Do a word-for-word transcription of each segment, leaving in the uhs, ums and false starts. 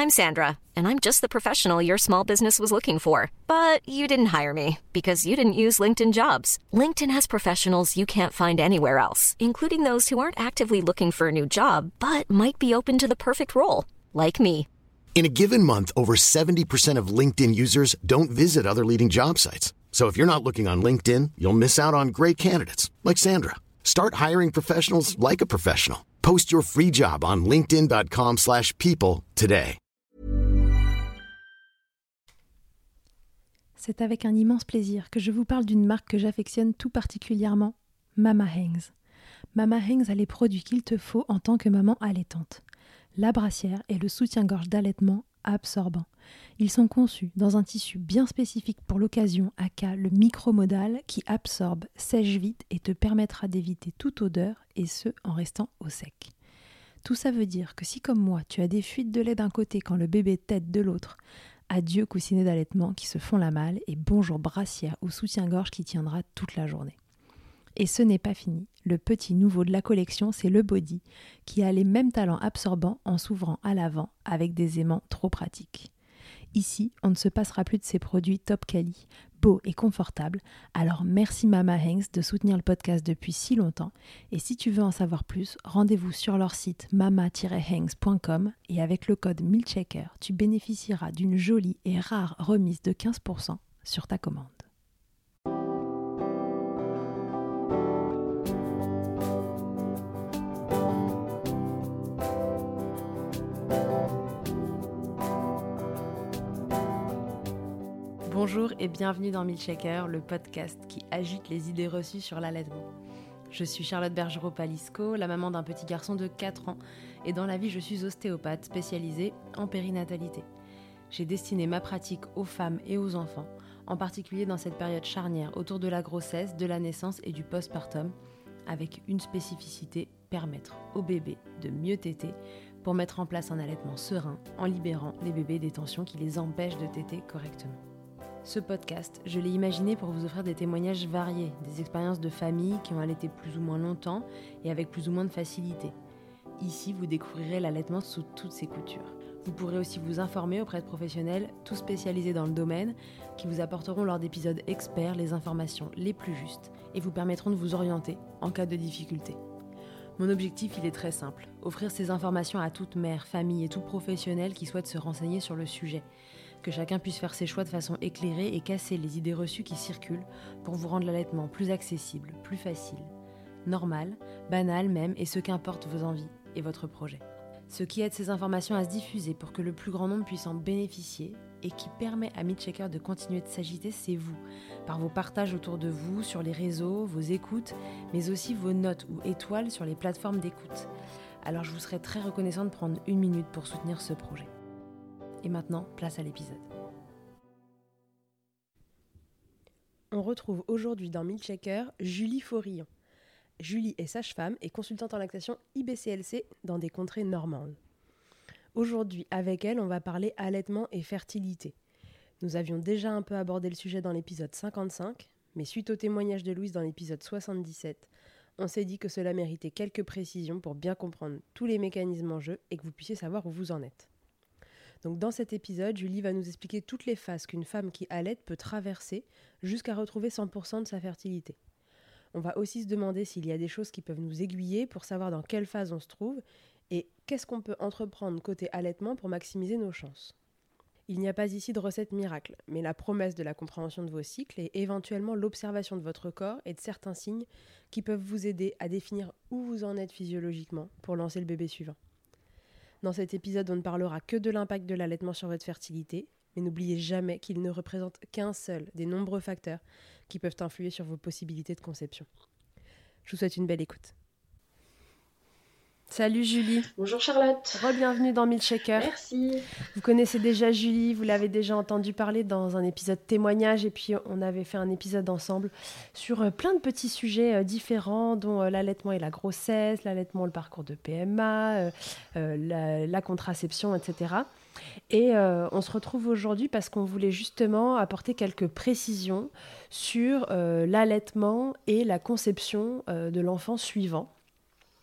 I'm Sandra, and I'm just the professional your small business was looking for. But you didn't hire me because you didn't use LinkedIn Jobs. LinkedIn has professionals you can't find anywhere else, including those who aren't actively looking for a new job, but might be open to the perfect role, like me. In a given month, over seventy percent of LinkedIn users don't visit other leading job sites. So if you're not looking on LinkedIn, you'll miss out on great candidates like Sandra. Start hiring professionals like a professional. Post your free job on linkedin.com slash people today. C'est avec un immense plaisir que je vous parle d'une marque que j'affectionne tout particulièrement, Mama Hanks. Mama Hanks a les produits qu'il te faut en tant que maman allaitante. La brassière et le soutien-gorge d'allaitement absorbant. Ils sont conçus dans un tissu bien spécifique pour l'occasion, aka le micromodal, qui absorbe, sèche vite et te permettra d'éviter toute odeur, et ce, en restant au sec. Tout ça veut dire que si, comme moi, tu as des fuites de lait d'un côté quand le bébé tète de l'autre, adieu coussinet d'allaitement qui se font la malle et bonjour brassière ou soutien-gorge qui tiendra toute la journée. Et ce n'est pas fini. Le petit nouveau de la collection, c'est le body, qui a les mêmes talents absorbants en s'ouvrant à l'avant avec des aimants trop pratiques. Ici, on ne se passera plus de ces produits top quali, beaux et confortables. Alors merci Mama Hanks de soutenir le podcast depuis si longtemps. Et si tu veux en savoir plus, rendez-vous sur leur site mama tiret hanks point com et avec le code MILCHECKER, tu bénéficieras d'une jolie et rare remise de quinze pour cent sur ta commande. Bonjour et bienvenue dans Milkshaker, le podcast qui agite les idées reçues sur l'allaitement. Je suis Charlotte Bergerot-Palisco, la maman d'un petit garçon de quatre ans, et dans la vie je suis ostéopathe spécialisée en périnatalité. J'ai destiné ma pratique aux femmes et aux enfants, en particulier dans cette période charnière autour de la grossesse, de la naissance et du postpartum, avec une spécificité, permettre au bébé de mieux téter pour mettre en place un allaitement serein en libérant les bébés des tensions qui les empêchent de téter correctement. Ce podcast, je l'ai imaginé pour vous offrir des témoignages variés, des expériences de familles qui ont allaité plus ou moins longtemps et avec plus ou moins de facilité. Ici, vous découvrirez l'allaitement sous toutes ses coutures. Vous pourrez aussi vous informer auprès de professionnels, tous spécialisés dans le domaine, qui vous apporteront lors d'épisodes experts les informations les plus justes et vous permettront de vous orienter en cas de difficulté. Mon objectif, il est très simple, offrir ces informations à toute mère, famille et tout professionnel qui souhaite se renseigner sur le sujet. Que chacun puisse faire ses choix de façon éclairée et casser les idées reçues qui circulent pour vous rendre l'allaitement plus accessible, plus facile, normal, banal même, et ce qu'importe vos envies et votre projet. Ce qui aide ces informations à se diffuser pour que le plus grand nombre puisse en bénéficier et qui permet à Milkshaker de continuer de s'agiter, c'est vous, par vos partages autour de vous, sur les réseaux, vos écoutes, mais aussi vos notes ou étoiles sur les plateformes d'écoute. Alors je vous serais très reconnaissante de prendre une minute pour soutenir ce projet. Et maintenant, place à l'épisode. On retrouve aujourd'hui dans Milkshaker Julie Faurillon. Julie est sage-femme et consultante en lactation I B C L C dans des contrées normandes. Aujourd'hui, avec elle, on va parler allaitement et fertilité. Nous avions déjà un peu abordé le sujet dans l'épisode cinquante-cinq, mais suite au témoignage de Louise dans l'épisode soixante-dix-sept, on s'est dit que cela méritait quelques précisions pour bien comprendre tous les mécanismes en jeu et que vous puissiez savoir où vous en êtes. Donc dans cet épisode, Julie va nous expliquer toutes les phases qu'une femme qui allaite peut traverser jusqu'à retrouver cent pour cent de sa fertilité. On va aussi se demander s'il y a des choses qui peuvent nous aiguiller pour savoir dans quelle phase on se trouve et qu'est-ce qu'on peut entreprendre côté allaitement pour maximiser nos chances. Il n'y a pas ici de recette miracle, mais la promesse de la compréhension de vos cycles et éventuellement l'observation de votre corps et de certains signes qui peuvent vous aider à définir où vous en êtes physiologiquement pour lancer le bébé suivant. Dans cet épisode, on ne parlera que de l'impact de l'allaitement sur votre fertilité, mais n'oubliez jamais qu'il ne représente qu'un seul des nombreux facteurs qui peuvent influer sur vos possibilités de conception. Je vous souhaite une belle écoute. Salut Julie. Bonjour Charlotte. Re-bienvenue dans Milkshaker. Merci. Vous connaissez déjà Julie, vous l'avez déjà entendu parler dans un épisode témoignage et puis on avait fait un épisode ensemble sur plein de petits sujets différents dont l'allaitement et la grossesse, l'allaitement, le parcours de P M A, euh, euh, la, la contraception, et cetera. Et euh, on se retrouve aujourd'hui parce qu'on voulait justement apporter quelques précisions sur euh, l'allaitement et la conception euh, de l'enfant suivant.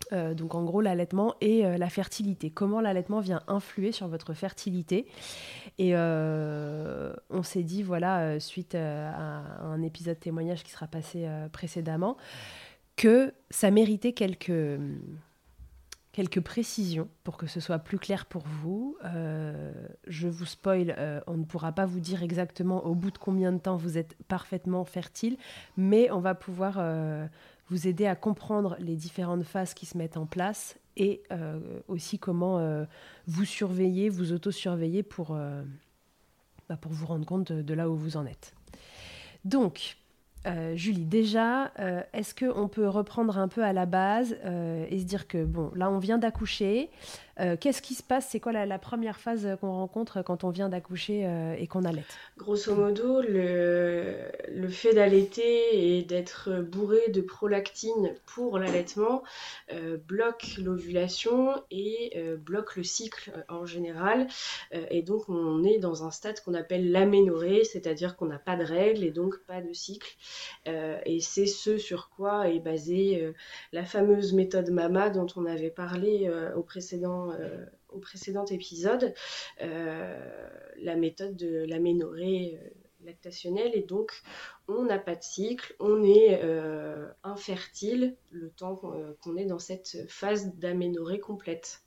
Euh, donc en gros l'allaitement et euh, la fertilité. Comment l'allaitement vient influer sur votre fertilité. Et euh, on s'est dit, voilà, euh, suite euh, à un épisode témoignage qui sera passé euh, précédemment, que ça méritait quelques, quelques précisions pour que ce soit plus clair pour vous. Euh, je vous spoil, euh, on ne pourra pas vous dire exactement au bout de combien de temps vous êtes parfaitement fertile, mais on va pouvoir... Euh, vous aider à comprendre les différentes phases qui se mettent en place et euh, aussi comment euh, vous surveiller, vous auto-surveiller pour, euh, bah pour vous rendre compte de, de là où vous en êtes. Donc, euh, Julie, déjà, euh, est-ce qu'on peut reprendre un peu à la base euh, et se dire que, bon, là, on vient d'accoucher. Euh, qu'est-ce qui se passe ? C'est quoi la, la première phase qu'on rencontre quand on vient d'accoucher euh, et qu'on allaite ? Grosso modo, le, le fait d'allaiter et d'être bourré de prolactine pour l'allaitement euh, bloque l'ovulation et euh, bloque le cycle euh, en général. Euh, et donc, on est dans un stade qu'on appelle l'aménorrhée, c'est-à-dire qu'on n'a pas de règles et donc pas de cycle. Euh, et c'est ce sur quoi est basée euh, la fameuse méthode MAMA dont on avait parlé euh, au précédent Euh, au précédent épisode, euh, la méthode de l'aménorrhée euh, lactationnelle, et donc on n'a pas de cycle, on est euh, infertile le temps qu'on, euh, qu'on est dans cette phase d'aménorrhée complète.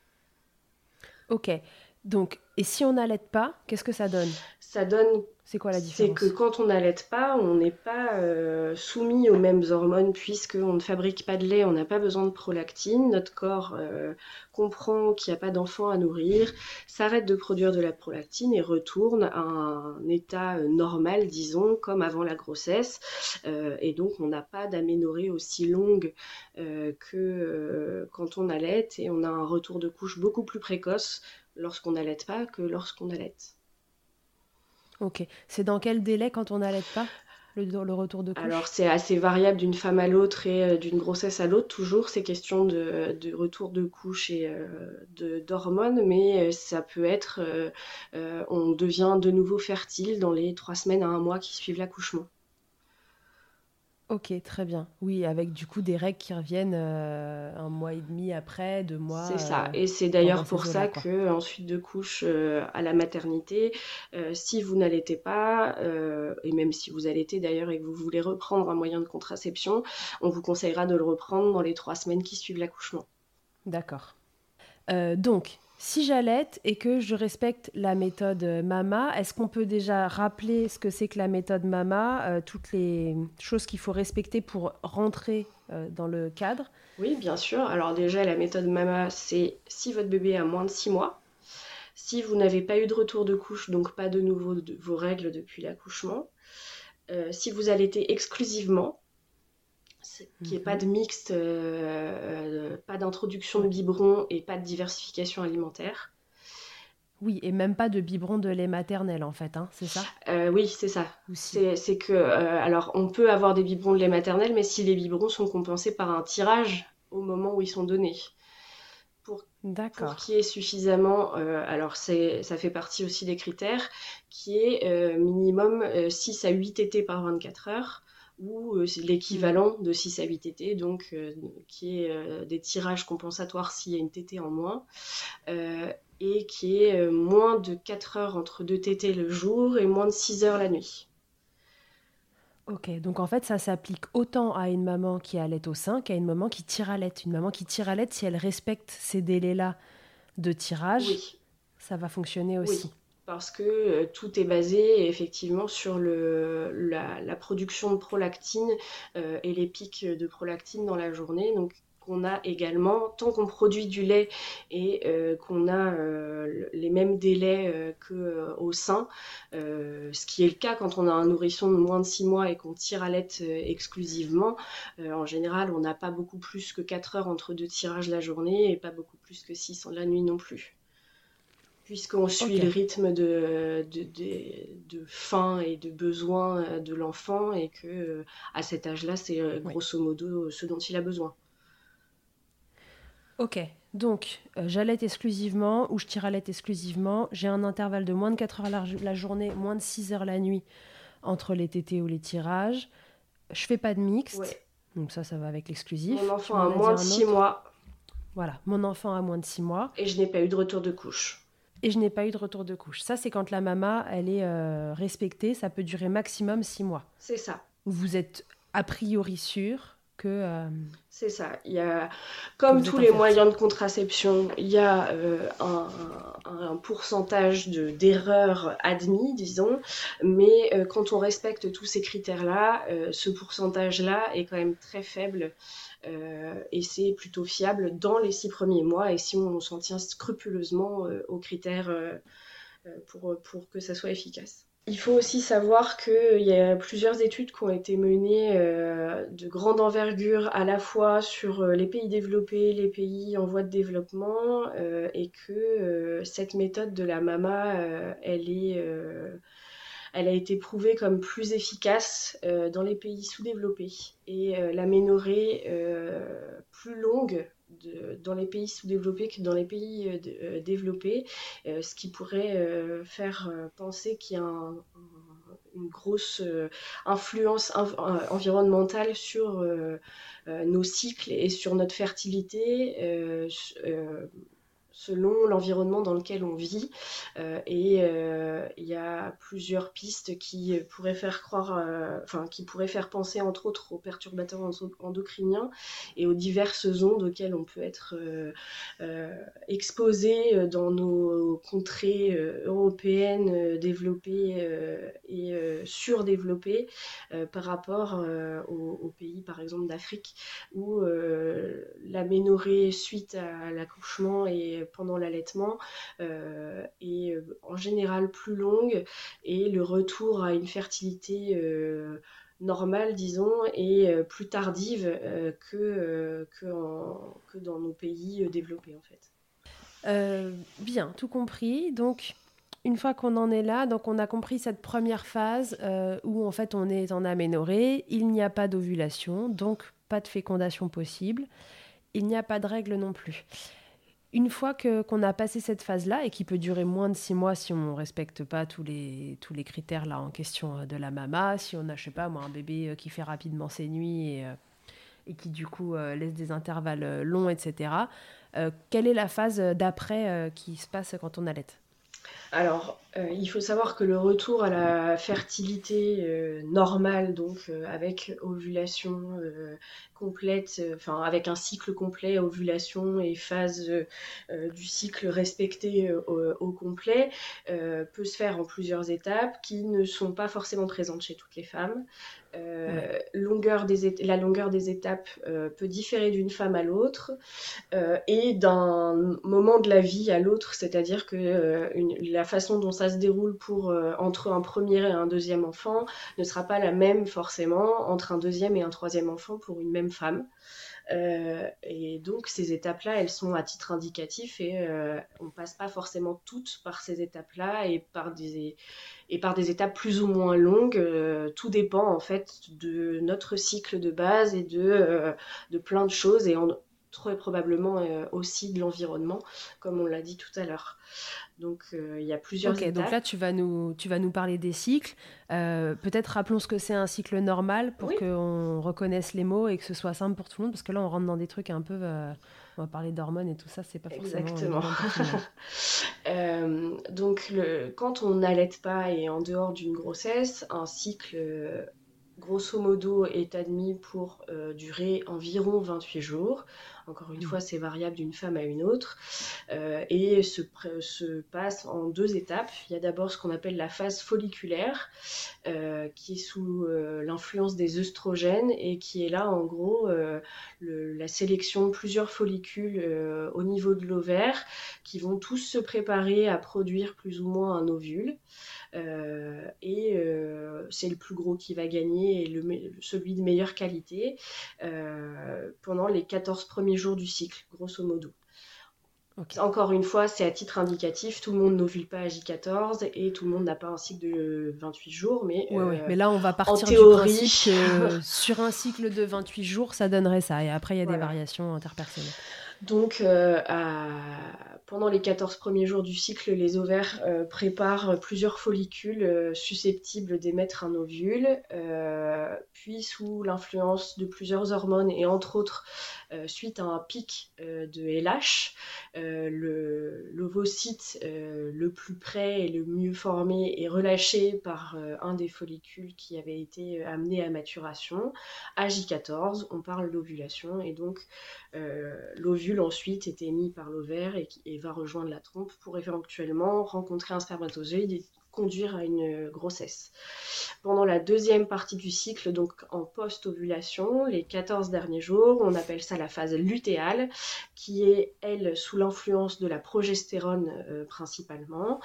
Ok, donc, et si on n'allaite pas, qu'est-ce que ça donne ? Ça donne... C'est quoi la différence ? C'est que quand on n'allaite pas, on n'est pas euh, soumis aux mêmes hormones puisqu'on ne fabrique pas de lait, on n'a pas besoin de prolactine. Notre corps euh, comprend qu'il n'y a pas d'enfant à nourrir, s'arrête de produire de la prolactine et retourne à un état normal, disons, comme avant la grossesse. Euh, et donc, on n'a pas d'aménorrhée aussi longue euh, que euh, quand on allaite, et on a un retour de couche beaucoup plus précoce lorsqu'on n'allaite pas que lorsqu'on allaite. Ok. C'est dans quel délai quand on n'allaite pas, le, le retour de couche ? Alors, c'est assez variable d'une femme à l'autre et euh, d'une grossesse à l'autre. Toujours, c'est question de, de retour de couche et euh, de, d'hormones, mais ça peut être... Euh, euh, on devient de nouveau fertile dans les trois semaines à un mois qui suivent l'accouchement. Ok, très bien. Oui, avec du coup des règles qui reviennent euh, un mois et demi après, deux mois. C'est ça. euh, Et c'est dans- d'ailleurs dans ces pour ça eaux-là, quoi. que ensuite de couche euh, à la maternité, euh, si vous n'allaitez pas, euh, et même si vous allaitez d'ailleurs et que vous voulez reprendre un moyen de contraception, on vous conseillera de le reprendre dans les trois semaines qui suivent l'accouchement. D'accord. Euh, donc, si j'allaite et que je respecte la méthode MAMA, est-ce qu'on peut déjà rappeler ce que c'est que la méthode MAMA, euh, toutes les choses qu'il faut respecter pour rentrer euh, dans le cadre ? Oui, bien sûr. Alors déjà, la méthode MAMA, c'est si votre bébé a moins de six mois, si vous n'avez pas eu de retour de couche, donc pas de nouveau de vos règles depuis l'accouchement, euh, si vous allaitez exclusivement, qu'il n'y ait pas de mixte, euh, euh, pas d'introduction de biberon et pas de diversification alimentaire. Oui, et même pas de biberon de lait maternel, en fait, hein, c'est ça ? Euh, oui, c'est ça. Aussi. C'est, c'est que, euh, alors, on peut avoir des biberons de lait maternel, mais si les biberons sont compensés par un tirage au moment où ils sont donnés. Pour, pour qu'il y ait suffisamment, euh, alors c'est, ça fait partie aussi des critères, qui est euh, minimum euh, six à huit tétés par vingt-quatre heures, ou euh, c'est l'équivalent de six à huit tétés, donc euh, qui est euh, des tirages compensatoires s'il y a une tétée en moins, euh, et qui est euh, moins de quatre heures entre deux tétées le jour et moins de six heures la nuit. Ok, donc en fait, ça s'applique autant à une maman qui allait au sein qu'à une maman qui tire à l'aide. Une maman qui tire à l'aide, si elle respecte ces délais-là de tirage, oui. ça va fonctionner aussi. Oui, parce que euh, tout est basé effectivement sur le, la, la production de prolactine euh, et les pics de prolactine dans la journée. Donc, qu'on a également, tant qu'on produit du lait et euh, qu'on a euh, les mêmes délais euh, qu'au euh, sein, euh, ce qui est le cas quand on a un nourrisson de moins de six mois et qu'on tire à l'aide euh, exclusivement. Euh, en général, on n'a pas beaucoup plus que quatre heures entre deux tirages la journée et pas beaucoup plus que six la nuit non plus. Puisqu'on suit okay. le rythme de, de, de, de faim et de besoin de l'enfant et que à cet âge-là, c'est grosso modo ce dont il a besoin. Ok, donc euh, j'allaite exclusivement ou je tire à l'aide exclusivement. J'ai un intervalle de moins de quatre heures la, la journée, moins de six heures la nuit entre les tétés ou les tirages. Je fais pas de mixte, ouais. donc ça, ça va avec l'exclusif. Mon enfant a moins de six mois. voilà, mon enfant a moins de six mois. Et je n'ai pas eu de retour de couche. Et je n'ai pas eu de retour de couche. Ça, c'est quand la mama, elle est euh, respectée. Ça peut durer maximum six mois. C'est ça. Vous êtes a priori sûr que... Euh, c'est ça. Il y a, comme tous les moyens de contraception, il y a euh, un, un, un pourcentage de, d'erreurs admis, disons. Mais euh, quand on respecte tous ces critères-là, euh, ce pourcentage-là est quand même très faible. Euh, et c'est plutôt fiable dans les six premiers mois. Et si on s'en tient scrupuleusement euh, aux critères euh, pour, pour que ça soit efficace. Il faut aussi savoir qu'il y a plusieurs études qui ont été menées euh, de grande envergure à la fois sur les pays développés, les pays en voie de développement, euh, et que euh, cette méthode de la mama, euh, elle, est, euh, elle a été prouvée comme plus efficace euh, dans les pays sous-développés. Et euh, l'aménorrhée euh, plus longue De, dans les pays sous-développés que dans les pays euh, de, euh, développés, euh, ce qui pourrait euh, faire euh, penser qu'il y a un, un, une grosse euh, influence inv- environnementale sur euh, euh, nos cycles et sur notre fertilité, euh, euh, selon l'environnement dans lequel on vit. Euh, et il euh, y a plusieurs pistes qui pourraient faire croire, euh, enfin qui pourraient faire penser entre autres aux perturbateurs endocriniens et aux diverses ondes auxquelles on peut être euh, euh, exposé dans nos contrées euh, européennes euh, développées euh, et euh, surdéveloppées euh, par rapport euh, aux, aux pays par exemple d'Afrique où euh, l'aménorrhée suite à l'accouchement et pendant l'allaitement euh, est en général plus longue et le retour à une fertilité euh, normale, disons, est euh, plus tardive euh, que, euh, que, en, que dans nos pays euh, développés en fait. Euh, bien, tout compris. Donc, une fois qu'on en est là, donc on a compris cette première phase euh, où en fait on est en aménorrhée, il n'y a pas d'ovulation, donc pas de fécondation possible, il n'y a pas de règles non plus. Une fois que, qu'on a passé cette phase-là, et qui peut durer moins de six mois si on ne respecte pas tous les, tous les critères là, en question de la mama, si on a, je sais pas moi, un bébé qui fait rapidement ses nuits et, et qui du coup euh, laisse des intervalles longs, et cetera, euh, quelle est la phase d'après euh, qui se passe quand on allaite ? Alors, euh, il faut savoir que le retour à la fertilité euh, normale, donc euh, avec ovulation euh, complète, enfin euh, avec un cycle complet, ovulation et phase euh, du cycle respecté euh, au, au complet, euh, peut se faire en plusieurs étapes qui ne sont pas forcément présentes chez toutes les femmes. Euh, ouais. longueur des é- la longueur des étapes euh, peut différer d'une femme à l'autre euh, et d'un moment de la vie à l'autre, c'est-à-dire que euh, une, la façon dont ça se déroule pour, euh, entre un premier et un deuxième enfant ne sera pas la même forcément entre un deuxième et un troisième enfant pour une même femme. Euh, et donc ces étapes-là, elles sont à titre indicatif et euh, on passe pas forcément toutes par ces étapes-là et par des, et par des étapes plus ou moins longues. Euh, tout dépend en fait de notre cycle de base et de, euh, de plein de choses et en, très probablement euh, aussi de l'environnement, comme on l'a dit tout à l'heure. Donc il euh, y a plusieurs okay, étapes. Donc là, tu vas nous, tu vas nous parler des cycles. Euh, peut-être rappelons ce que c'est un cycle normal pour oui. qu'on reconnaisse les mots et que ce soit simple pour tout le monde, parce que là, on rentre dans des trucs un peu... Euh, on va parler d'hormones et tout ça, c'est pas forcément... Exactement. euh, donc le, quand on n'allaite pas et en dehors d'une grossesse, un cycle... Euh, grosso modo, est admis pour euh, durer environ vingt-huit jours. Encore une mmh. fois, c'est variable d'une femme à une autre. Euh, et se, se passe en deux étapes. Il y a d'abord ce qu'on appelle la phase folliculaire, euh, qui est sous euh, l'influence des œstrogènes et qui est là, en gros, euh, le, la sélection de plusieurs follicules euh, au niveau de l'ovaire qui vont tous se préparer à produire plus ou moins un ovule. Euh, et euh, c'est le plus gros qui va gagner et le, celui de meilleure qualité euh, pendant les quatorze premiers jours du cycle, grosso modo. Okay. Encore une fois, c'est à titre indicatif, tout le monde n'ovule pas à J quatorze et tout le monde n'a pas un cycle de vingt-huit jours, mais, ouais, euh, ouais. mais là on va partir en théorie, du principe que sur un cycle de vingt-huit jours, ça donnerait ça, et après il y a voilà. des variations interpersonnelles. Donc, euh, à, Pendant les quatorze premiers jours du cycle, les ovaires euh, préparent plusieurs follicules euh, susceptibles d'émettre un ovule. Euh, puis, sous l'influence de plusieurs hormones et entre autres, euh, suite à un pic euh, de L H, euh, le, l'ovocyte euh, le plus près et le mieux formé est relâché par euh, un des follicules qui avait été amené à maturation. À J quatorze, on parle d'ovulation et donc euh, l'ovule ensuite est émis par l'ovaire et, et va rejoindre la trompe pour éventuellement rencontrer un spermatozoïde et conduire à une grossesse. Pendant la deuxième partie du cycle, donc en post-ovulation, les quatorze derniers jours, on appelle ça la phase lutéale, qui est, elle, sous l'influence de la progestérone euh, principalement.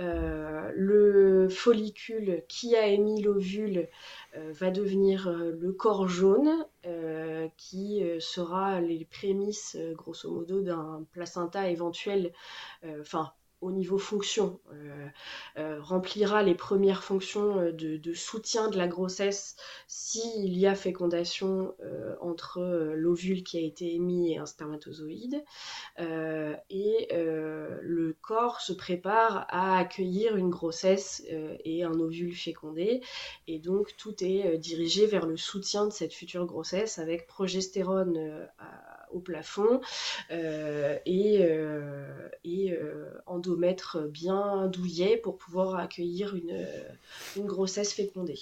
Euh, le follicule qui a émis l'ovule euh, va devenir euh, le corps jaune, euh, qui euh, sera les prémices, euh, grosso modo, d'un placenta éventuel, enfin, euh, au niveau fonction, euh, euh, remplira les premières fonctions de, de soutien de la grossesse s'il y a fécondation euh, entre euh, l'ovule qui a été émis et un spermatozoïde. Euh, et euh, le corps se prépare à accueillir une grossesse euh, et un ovule fécondé. Et donc, tout est euh, dirigé vers le soutien de cette future grossesse avec progestérone euh, à au plafond euh, et, euh, et euh, endomètre bien douillet pour pouvoir accueillir une, une grossesse fécondée.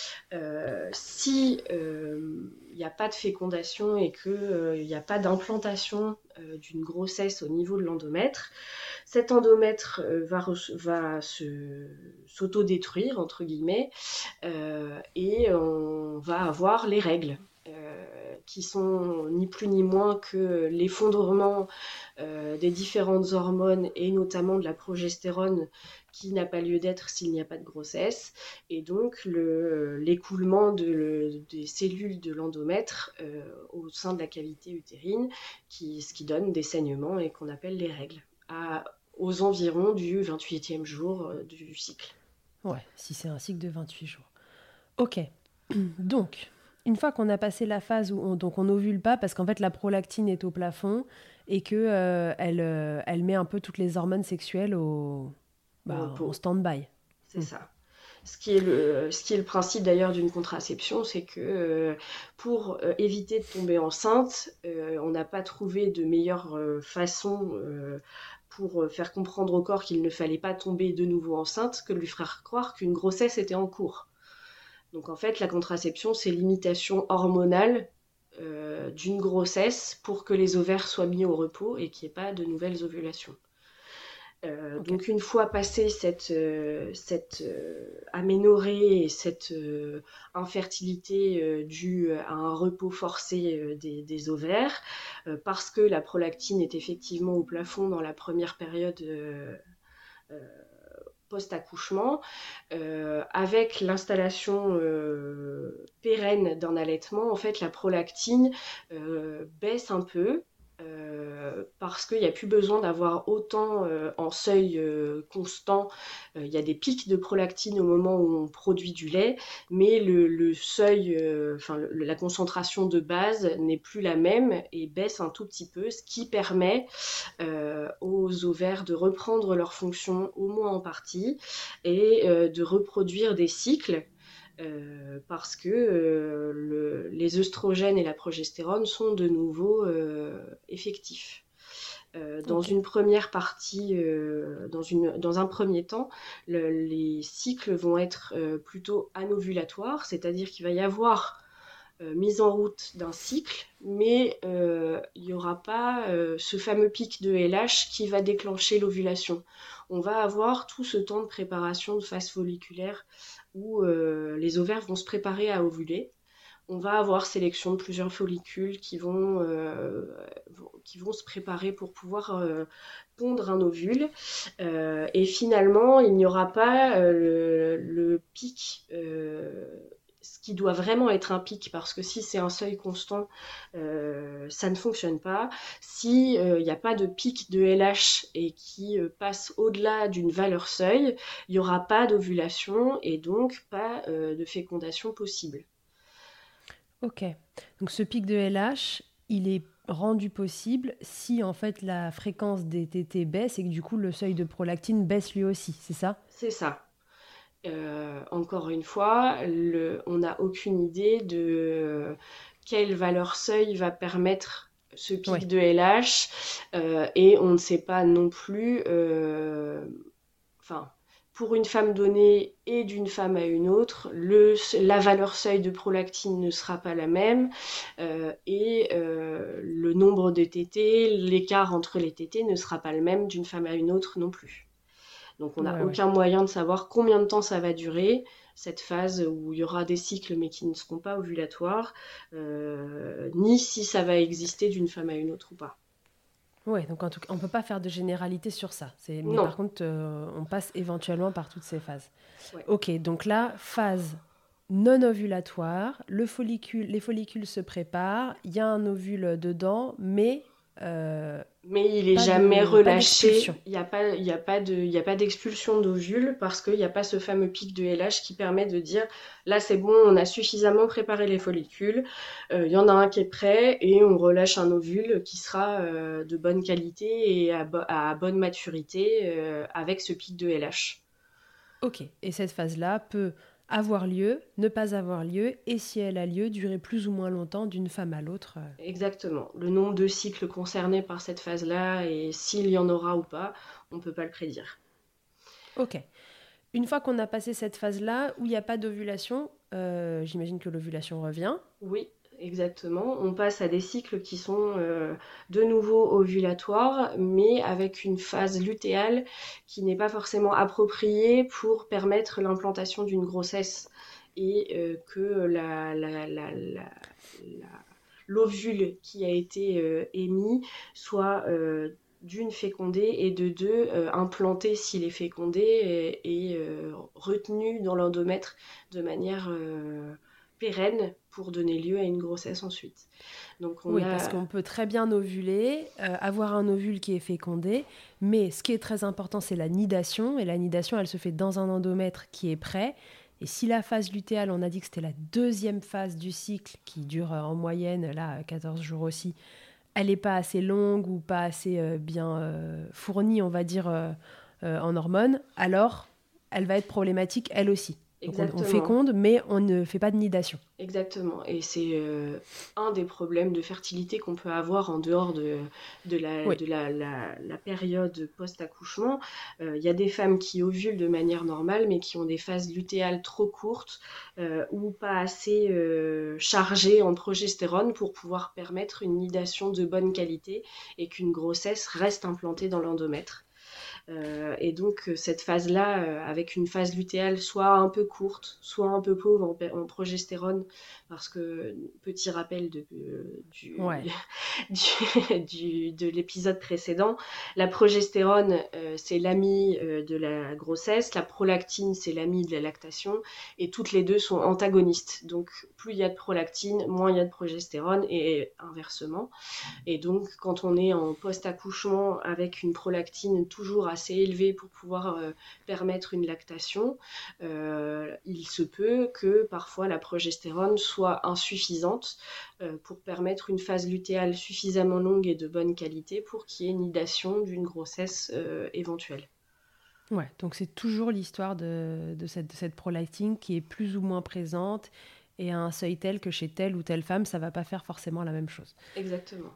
Euh, si il euh, n'y a pas de fécondation et qu'il n'y euh, a pas d'implantation euh, d'une grossesse au niveau de l'endomètre, cet endomètre euh, va, re- va se, s'autodétruire, entre guillemets, euh, et on va avoir les règles. Euh, qui sont ni plus ni moins que l'effondrement euh, des différentes hormones et notamment de la progestérone qui n'a pas lieu d'être s'il n'y a pas de grossesse, et donc le, l'écoulement de, le, des cellules de l'endomètre euh, au sein de la cavité utérine, qui, ce qui donne des saignements et qu'on appelle les règles, à, aux environs du vingt-huitième jour euh, du cycle. Ouais, si c'est un cycle de vingt-huit jours. Ok, donc... Une fois qu'on a passé la phase où on, donc on ovule pas parce qu'en fait la prolactine est au plafond et que euh, elle, euh, elle met un peu toutes les hormones sexuelles au, bah, en stand-by. C'est mmh. ça. Ce qui, est le, ce qui est le principe d'ailleurs d'une contraception, c'est que euh, pour euh, éviter de tomber enceinte, euh, on n'a pas trouvé de meilleure euh, façon euh, pour faire comprendre au corps qu'il ne fallait pas tomber de nouveau enceinte que de lui faire croire qu'une grossesse était en cours. Donc en fait, la contraception, c'est l'imitation hormonale euh, d'une grossesse pour que les ovaires soient mis au repos et qu'il n'y ait pas de nouvelles ovulations. Euh, okay. Donc une fois passée cette, euh, cette euh, aménorrhée et cette euh, infertilité euh, due à un repos forcé euh, des, des ovaires, euh, parce que la prolactine est effectivement au plafond dans la première période euh, euh, post-accouchement, euh, avec l'installation euh, pérenne d'un allaitement, en fait, la prolactine euh, baisse un peu euh, parce qu'il n'y a plus besoin d'avoir autant euh, en seuil euh, constant. Il euh, y a des pics de prolactine au moment où on produit du lait, mais le, le seuil, enfin euh, la concentration de base n'est plus la même et baisse un tout petit peu, ce qui permet euh, aux ovaires de reprendre leur fonction au moins en partie et euh, de reproduire des cycles. Euh, parce que euh, le, les œstrogènes et la progestérone sont de nouveau euh, effectifs. Euh, dans okay. une première partie, euh, dans, une, dans un premier temps, le, les cycles vont être euh, plutôt anovulatoires, c'est-à-dire qu'il va y avoir euh, mise en route d'un cycle, mais euh, il n'y aura pas euh, ce fameux pic de L H qui va déclencher l'ovulation. On va avoir tout ce temps de préparation de phase folliculaire où euh, les ovaires vont se préparer à ovuler. On va avoir sélection de plusieurs follicules qui vont, euh, qui vont se préparer pour pouvoir euh, pondre un ovule. Euh, et finalement, il n'y aura pas euh, le, le pic, euh, ce qui doit vraiment être un pic, parce que si c'est un seuil constant, euh, ça ne fonctionne pas. S'il n'y a pas de pic de L H et qui euh, passe au-delà d'une valeur seuil, il n'y aura pas d'ovulation et donc pas euh, de fécondation possible. Ok, donc ce pic de L H, il est rendu possible si en fait la fréquence des tétés baisse et que du coup le seuil de prolactine baisse lui aussi, c'est ça ? C'est ça. Euh, encore une fois, le, on n'a aucune idée de quelle valeur seuil va permettre ce pic Ouais. de L H euh, et on ne sait pas non plus, euh, enfin, pour une femme donnée et d'une femme à une autre, le, la valeur seuil de prolactine ne sera pas la même euh, et euh, le nombre de tétés, l'écart entre les tétés ne sera pas le même d'une femme à une autre non plus. Donc on n'a Ouais, aucun ouais. moyen de savoir combien de temps ça va durer, cette phase où il y aura des cycles mais qui ne seront pas ovulatoires, euh, ni si ça va exister d'une femme à une autre ou pas. Ouais, donc en tout cas, on ne peut pas faire de généralité sur ça. C'est... Mais Non. par contre, euh, on passe éventuellement par toutes ces phases. Ouais. Ok, donc là, phase non ovulatoire, le follicule, les follicules se préparent, il y a un ovule dedans, mais... Euh, mais il n'est pas jamais de, pas relâché, d'expulsion. il n'y a pas, il y a pas de, il y a pas d'expulsion d'ovule parce qu'il n'y a pas ce fameux pic de L H qui permet de dire là c'est bon, on a suffisamment préparé les follicules, euh, il y en a un qui est prêt et on relâche un ovule qui sera euh, de bonne qualité et à, bo- à bonne maturité euh, avec ce pic de L H. Ok, et cette phase-là peut avoir lieu, ne pas avoir lieu, et si elle a lieu, durer plus ou moins longtemps d'une femme à l'autre. euh. Exactement. Le nombre de cycles concernés par cette phase-là et s'il y en aura ou pas, on ne peut pas le prédire. Ok. Une fois qu'on a passé cette phase-là, où il n'y a pas d'ovulation, euh, j'imagine que l'ovulation revient. Oui, exactement. On passe à des cycles qui sont euh, de nouveau ovulatoires, mais avec une phase lutéale qui n'est pas forcément appropriée pour permettre l'implantation d'une grossesse et euh, que la, la, la, la, la, l'ovule qui a été euh, émis soit euh, d'une fécondé et de deux euh, implanté s'il est fécondé et, et euh, retenu dans l'endomètre de manière euh, pérenne pour donner lieu à une grossesse ensuite. Donc on Oui, a... parce qu'on peut très bien ovuler, euh, avoir un ovule qui est fécondé, mais ce qui est très important, c'est la nidation, et la nidation, elle se fait dans un endomètre qui est prêt. Et si la phase lutéale, on a dit que c'était la deuxième phase du cycle, qui dure euh, en moyenne, là, quatorze jours aussi, elle n'est pas assez longue ou pas assez euh, bien euh, fournie, on va dire, euh, euh, en hormones, alors elle va être problématique, elle aussi. Donc on, on féconde, mais on ne fait pas de nidation. Exactement. Et c'est euh, un des problèmes de fertilité qu'on peut avoir en dehors de, de, la, Oui. de la, la, la période post-accouchement. Il euh, y a des femmes qui ovulent de manière normale, mais qui ont des phases lutéales trop courtes euh, ou pas assez euh, chargées en progestérone pour pouvoir permettre une nidation de bonne qualité et qu'une grossesse reste implantée dans l'endomètre. Euh, et donc cette phase-là, euh, avec une phase lutéale soit un peu courte, soit un peu pauvre en, en progestérone, parce que, petit rappel de, euh, du, Ouais. du, du, de l'épisode précédent, la progestérone, euh, c'est l'ami euh, de la grossesse, la prolactine, c'est l'ami de la lactation, et toutes les deux sont antagonistes. Donc plus il y a de prolactine, moins il y a de progestérone, et inversement. Et donc, quand on est en post-accouchement avec une prolactine toujours assez élevée pour pouvoir euh, permettre une lactation, euh, il se peut que parfois la progestérone soit insuffisante euh, pour permettre une phase lutéale suffisamment longue et de bonne qualité pour qu'il y ait nidation d'une grossesse euh, éventuelle. Ouais, donc c'est toujours l'histoire de, de, cette, de cette prolactine qui est plus ou moins présente et à un seuil tel que chez telle ou telle femme, ça ne va pas faire forcément la même chose. Exactement.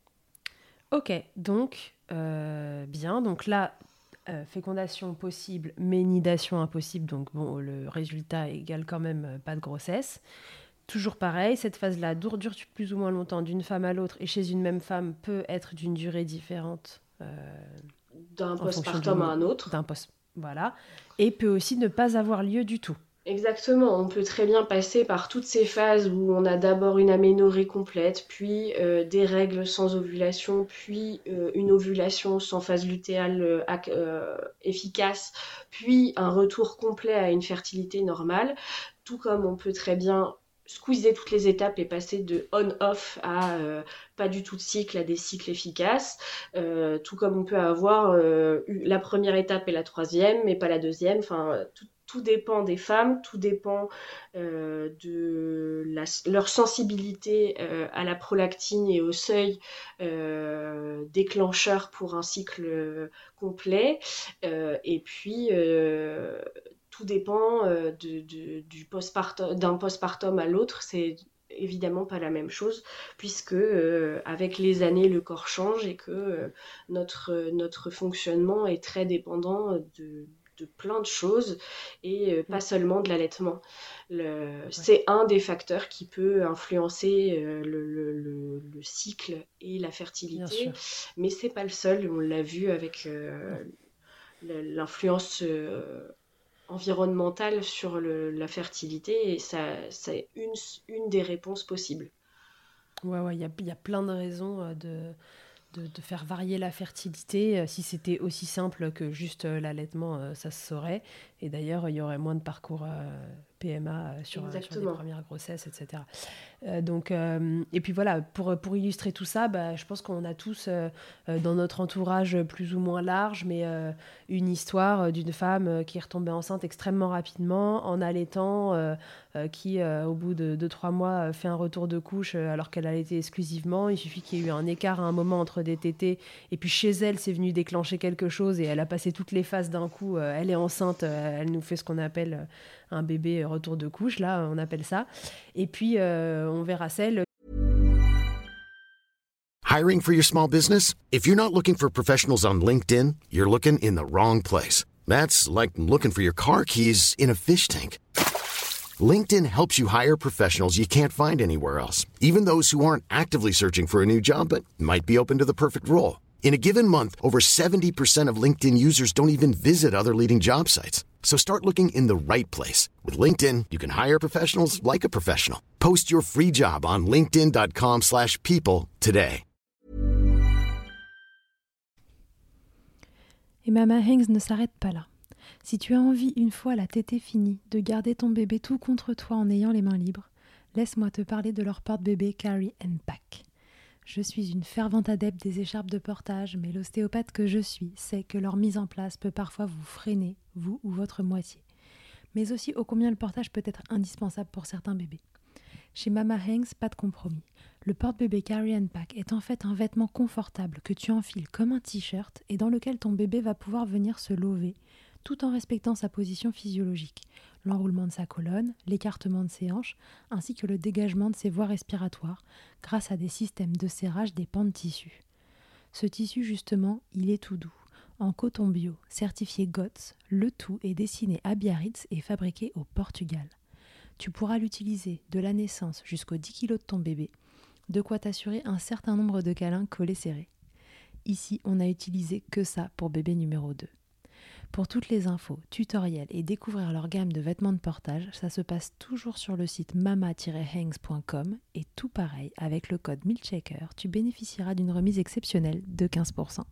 Ok, donc euh, bien, donc là, euh, fécondation possible, mais nidation impossible, donc bon, le résultat égale quand même euh, pas de grossesse. Toujours pareil, cette phase-là dure, dure plus ou moins longtemps d'une femme à l'autre et chez une même femme peut être d'une durée différente. Euh, d'un en postpartum à un autre. D'un post, voilà, et peut aussi ne pas avoir lieu du tout. Exactement, on peut très bien passer par toutes ces phases où on a d'abord une aménorrhée complète, puis euh, des règles sans ovulation, puis euh, une ovulation sans phase lutéale euh, euh, efficace, puis un retour complet à une fertilité normale, tout comme on peut très bien squeezer toutes les étapes et passer de on-off à euh, pas du tout de cycle à des cycles efficaces, euh, tout comme on peut avoir euh, la première étape et la troisième, mais pas la deuxième, enfin... Tout, tout dépend des femmes, tout dépend euh, de la, leur sensibilité euh, à la prolactine et au seuil euh, déclencheur pour un cycle euh, complet. Euh, et puis, euh, tout dépend euh, de, de, du postpartum, d'un postpartum à l'autre. C'est évidemment pas la même chose, puisque euh, avec les années, le corps change et que euh, notre, notre fonctionnement est très dépendant de de plein de choses et euh, pas seulement de l'allaitement. Le, ouais. C'est un des facteurs qui peut influencer euh, le, le, le, le cycle et la fertilité, mais c'est pas le seul. On l'a vu avec euh, l'influence euh, environnementale sur le, la fertilité et ça, c'est une, une des réponses possibles. Ouais, ouais, il y a, y a plein de raisons de... De, de faire varier la fertilité. Si c'était aussi simple que juste l'allaitement, ça se saurait. Et d'ailleurs, il y aurait moins de parcours euh, P M A sur, sur les premières grossesses, et cetera. Euh, donc, euh, et puis voilà, pour, pour illustrer tout ça, bah, je pense qu'on a tous euh, dans notre entourage plus ou moins large, mais euh, une histoire d'une femme qui est retombée enceinte extrêmement rapidement, en allaitant, euh, euh, qui euh, au bout de deux trois mois fait un retour de couche alors qu'elle allaitait exclusivement. Il suffit qu'il y ait eu un écart à un moment entre des tétées, et puis chez elle, c'est venu déclencher quelque chose, et elle a passé toutes les phases d'un coup. Euh, elle est enceinte, euh, elle nous fait ce qu'on appelle un bébé retour de couche, là, on appelle ça. Et puis, euh, on verra celle. Hiring for your small business? If you're not looking for professionals on LinkedIn, you're looking in the wrong place. That's like looking for your car keys in a fish tank. LinkedIn helps you hire professionals you can't find anywhere else, even those who aren't actively searching for a new job but might be open to the perfect role. In a given month, over seventy percent of LinkedIn users don't even visit other leading job sites. So start looking in the right place. With LinkedIn, you can hire professionals like a professional. Post your free job on linkedin.com slash people today. Et Mama Hanks ne s'arrête pas là. Si tu as envie, une fois la tétée finie, de garder ton bébé tout contre toi en ayant les mains libres, laisse-moi te parler de leur porte-bébé Carry and Pack. Je suis une fervente adepte des écharpes de portage, mais l'ostéopathe que je suis sait que leur mise en place peut parfois vous freiner, vous ou votre moitié. Mais aussi ô combien le portage peut être indispensable pour certains bébés. Chez Mama Hanks, pas de compromis. Le porte-bébé Carry and Pack est en fait un vêtement confortable que tu enfiles comme un t-shirt et dans lequel ton bébé va pouvoir venir se lever, tout en respectant sa position physiologique, l'enroulement de sa colonne, l'écartement de ses hanches, ainsi que le dégagement de ses voies respiratoires, grâce à des systèmes de serrage des pans de tissu. Ce tissu, justement, il est tout doux. En coton bio, certifié G O T S, le tout est dessiné à Biarritz et fabriqué au Portugal. Tu pourras l'utiliser de la naissance jusqu'aux dix kilos de ton bébé, de quoi t'assurer un certain nombre de câlins collés serrés. Ici, on n'a utilisé que ça pour bébé numéro deux. Pour toutes les infos, tutoriels et découvrir leur gamme de vêtements de portage, ça se passe toujours sur le site mama tiret hanks point com et tout pareil, avec le code MILCHECKER, tu bénéficieras d'une remise exceptionnelle de quinze pour cent.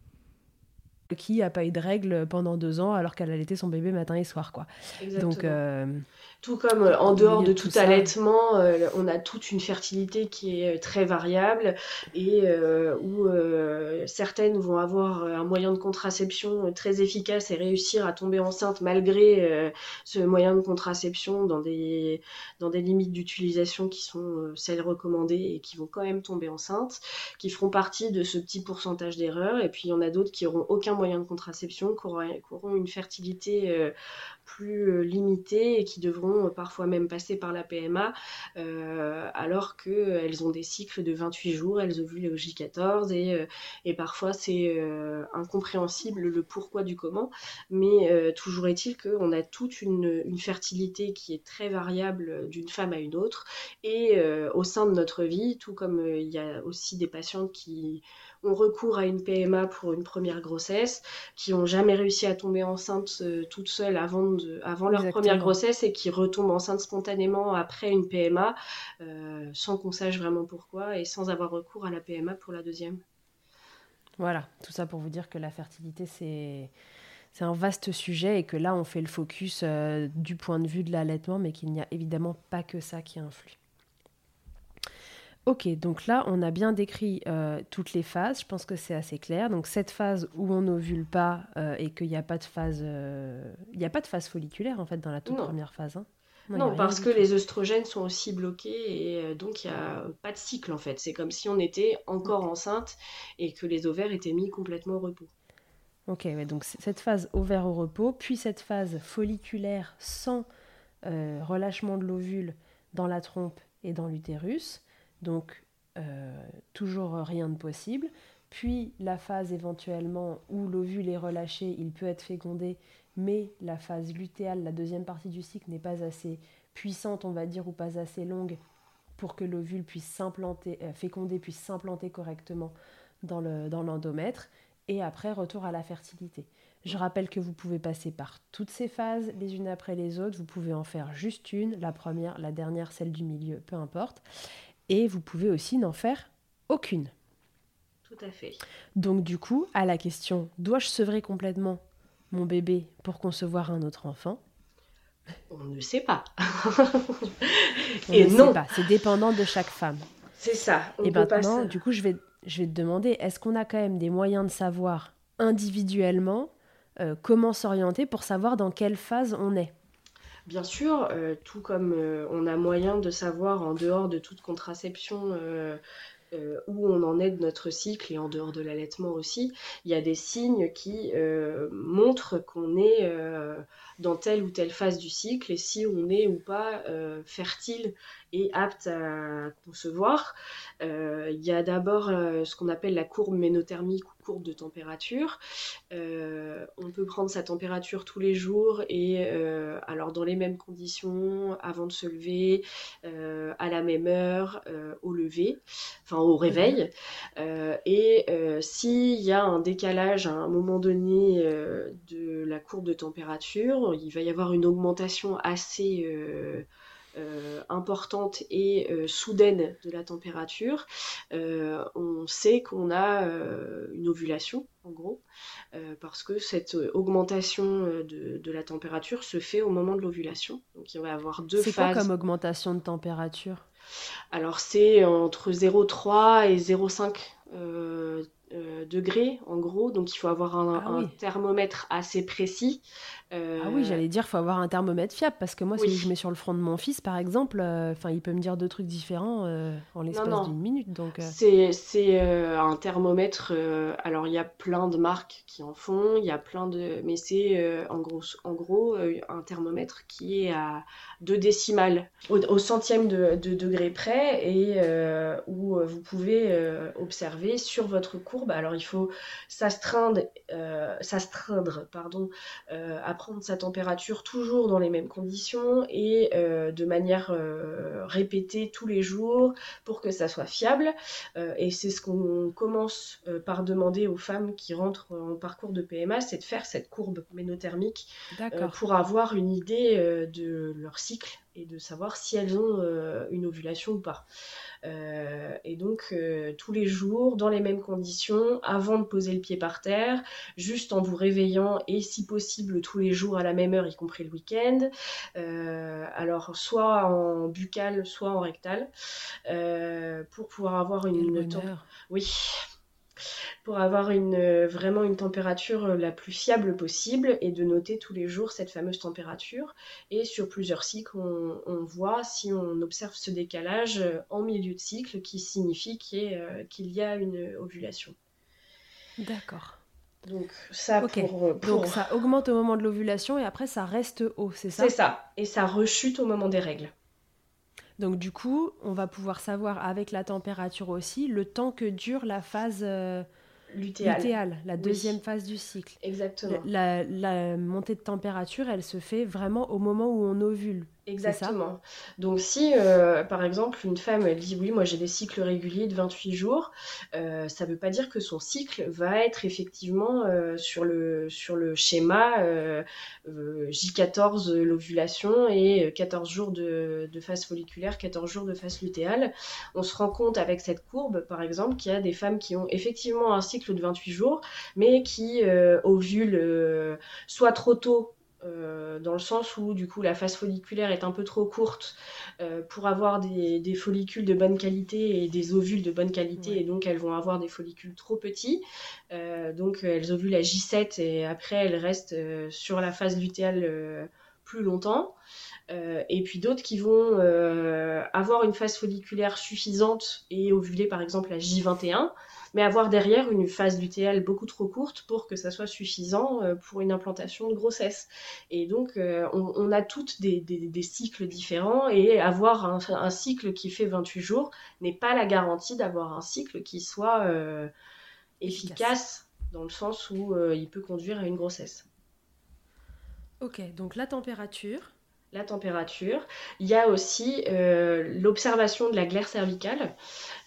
Qui n'a pas eu de règles pendant deux ans alors qu'elle allaitait son bébé matin et soir, quoi. Exactement. Donc, euh, tout comme euh, en dehors de tout, tout allaitement, euh, on a toute une fertilité qui est très variable et euh, où euh, certaines vont avoir un moyen de contraception très efficace et réussir à tomber enceinte malgré euh, ce moyen de contraception dans des, dans des limites d'utilisation qui sont euh, celles recommandées et qui vont quand même tomber enceintes, qui feront partie de ce petit pourcentage d'erreurs. Et puis il y en a d'autres qui n'auront aucun moyen de contraception, qui auront, qui auront une fertilité euh, plus euh, limitée et qui devront euh, parfois même passer par la P M A euh, alors qu'elles euh, ont des cycles de vingt-huit jours, elles ovulent au J quatorze et, euh, et parfois c'est euh, incompréhensible le pourquoi du comment, mais euh, toujours est-il qu'on a toute une, une fertilité qui est très variable d'une femme à une autre et euh, au sein de notre vie, tout comme euh, il y a aussi des patientes qui ont recours à une P M A pour une première grossesse, qui n'ont jamais réussi à tomber enceinte euh, toutes seules avant, de, avant leur Exactement. première grossesse et qui retombent enceintes spontanément après une P M A euh, sans qu'on sache vraiment pourquoi et sans avoir recours à la P M A pour la deuxième. Voilà, tout ça pour vous dire que la fertilité, c'est, c'est un vaste sujet et que là, on fait le focus euh, du point de vue de l'allaitement, mais qu'il n'y a évidemment pas que ça qui influe. Ok, donc là, on a bien décrit euh, toutes les phases. Je pense que c'est assez clair. Donc cette phase où on n'ovule pas euh, et qu'il n'y a pas de phase, euh, il n'y a pas de phase folliculaire en fait dans la toute Non. première phase. Hein. Non, Non, y a rien parce du que tout. les œstrogènes sont aussi bloqués et euh, donc il n'y a pas de cycle en fait. C'est comme si on était encore enceinte et que les ovaires étaient mis complètement au repos. Ok, ouais, donc c'est cette phase ovaire au repos, puis cette phase folliculaire sans euh, relâchement de l'ovule dans la trompe et dans l'utérus. Donc euh, toujours rien de possible. Puis la phase éventuellement où l'ovule est relâché, il peut être fécondé, mais la phase lutéale, la deuxième partie du cycle, n'est pas assez puissante, on va dire, ou pas assez longue pour que l'ovule puisse s'implanter, euh, fécondé puisse s'implanter correctement dans, le, dans l'endomètre. Et après, retour à la fertilité. Je rappelle que vous pouvez passer par toutes ces phases, les unes après les autres. Vous pouvez en faire juste une, la première, la dernière, celle du milieu, peu importe. Et vous pouvez aussi n'en faire aucune. Tout à fait. Donc du coup, à la question, dois-je sevrer complètement mon bébé pour concevoir un autre enfant ? On ne sait pas. On Et ne non. sait pas, c'est dépendant de chaque femme. C'est ça. On Et peut pas maintenant, se- du coup, je vais, je vais te demander, est-ce qu'on a quand même des moyens de savoir individuellement euh, comment s'orienter pour savoir dans quelle phase on est ? Bien sûr, euh, tout comme euh, on a moyen de savoir en dehors de toute contraception euh, euh, où on en est de notre cycle et en dehors de l'allaitement aussi, il y a des signes qui euh, montrent qu'on est euh, dans telle ou telle phase du cycle et si on est ou pas euh, fertile et apte à concevoir. Euh, il y a d'abord euh, ce qu'on appelle la courbe ménothermique ou courbe de température. Euh, on peut prendre sa température tous les jours et euh, alors dans les mêmes conditions, avant de se lever, euh, à la même heure, euh, au lever, enfin au réveil. Euh, et euh, s'il y a un décalage à un moment donné euh, de la courbe de température, il va y avoir une augmentation assez euh, euh, importante et euh, soudaine de la température, euh, on sait qu'on a euh, une ovulation, en gros, euh, parce que cette augmentation de, de la température se fait au moment de l'ovulation. Donc il va y avoir deux C'est phases. quoi comme augmentation de température ? Alors c'est entre zéro virgule trois et zéro virgule cinq euh, euh, degrés, en gros. Donc il faut avoir un, Ah un oui. thermomètre assez précis. Euh, Ah oui, j'allais dire, faut avoir un thermomètre fiable, parce que moi, Oui. celui que je mets sur le front de mon fils, par exemple, enfin, il peut me dire deux trucs différents euh, en l'espace non. d'une minute. Donc, euh, C'est, c'est euh, un thermomètre. euh, alors, il y a plein de marques qui en font, il y a plein de. Mais c'est euh, en gros, en gros euh, un thermomètre qui est à deux décimales, au, au centième de, de degré près, et euh, où vous pouvez euh, observer sur votre courbe. Alors, il faut s'astreindre, euh, s'astreindre pardon, euh, à prendre sa température toujours dans les mêmes conditions et euh, de manière euh, répétée tous les jours pour que ça soit fiable. Euh, et c'est ce qu'on commence euh, par demander aux femmes qui rentrent en parcours de P M A, c'est de faire cette courbe ménothermique euh, pour avoir une idée euh, de leur cycle et de savoir si elles ont euh, une ovulation ou pas. Euh, et donc euh, tous les jours, dans les mêmes conditions, avant de poser le pied par terre, juste en vous réveillant et si possible tous les jours à la même heure, y compris le week-end. Euh, alors soit en buccal, soit en rectal, euh, pour pouvoir avoir une temp- oui, pour avoir une, vraiment une température la plus fiable possible et de noter tous les jours cette fameuse température. Et sur plusieurs cycles, on, on voit si on observe ce décalage en milieu de cycle qui signifie qu'il y, a, qu'il y a une ovulation. D'accord. Donc ça okay. pour, pour... Donc ça augmente au moment de l'ovulation et après ça reste haut, c'est ça ? C'est ça. Et ça rechute au moment des règles. Donc du coup, on va pouvoir savoir avec la température aussi le temps que dure la phase euh, lutéale. lutéale, la deuxième oui. phase du cycle. Exactement. La, la, la montée de température, elle se fait vraiment au moment où on ovule. Exactement. Donc si, euh, par exemple, une femme elle dit « oui, moi j'ai des cycles réguliers de vingt-huit jours euh, », ça ne veut pas dire que son cycle va être effectivement euh, sur, le, sur le schéma euh, euh, J quatorze l'ovulation et quatorze jours de, de phase folliculaire, quatorze jours de phase lutéale. On se rend compte avec cette courbe, par exemple, qu'il y a des femmes qui ont effectivement un cycle de vingt-huit jours, mais qui euh, ovulent euh, soit trop tôt, euh, dans le sens où du coup la phase folliculaire est un peu trop courte euh, pour avoir des, des follicules de bonne qualité et des ovules de bonne qualité, ouais. Et donc elles vont avoir des follicules trop petits, euh, donc elles ovulent à J sept et après elles restent euh, sur la phase lutéale euh, plus longtemps. Euh, et puis d'autres qui vont euh, avoir une phase folliculaire suffisante et ovuler par exemple à J vingt et un, mais avoir derrière une phase lutéale beaucoup trop courte pour que ça soit suffisant euh, pour une implantation de grossesse. Et donc euh, on, on a toutes des, des, des cycles différents, et avoir un, un cycle qui fait vingt-huit jours n'est pas la garantie d'avoir un cycle qui soit euh, efficace, dans le sens où euh, il peut conduire à une grossesse. Ok, donc la température... La température. Il y a aussi euh, l'observation de la glaire cervicale,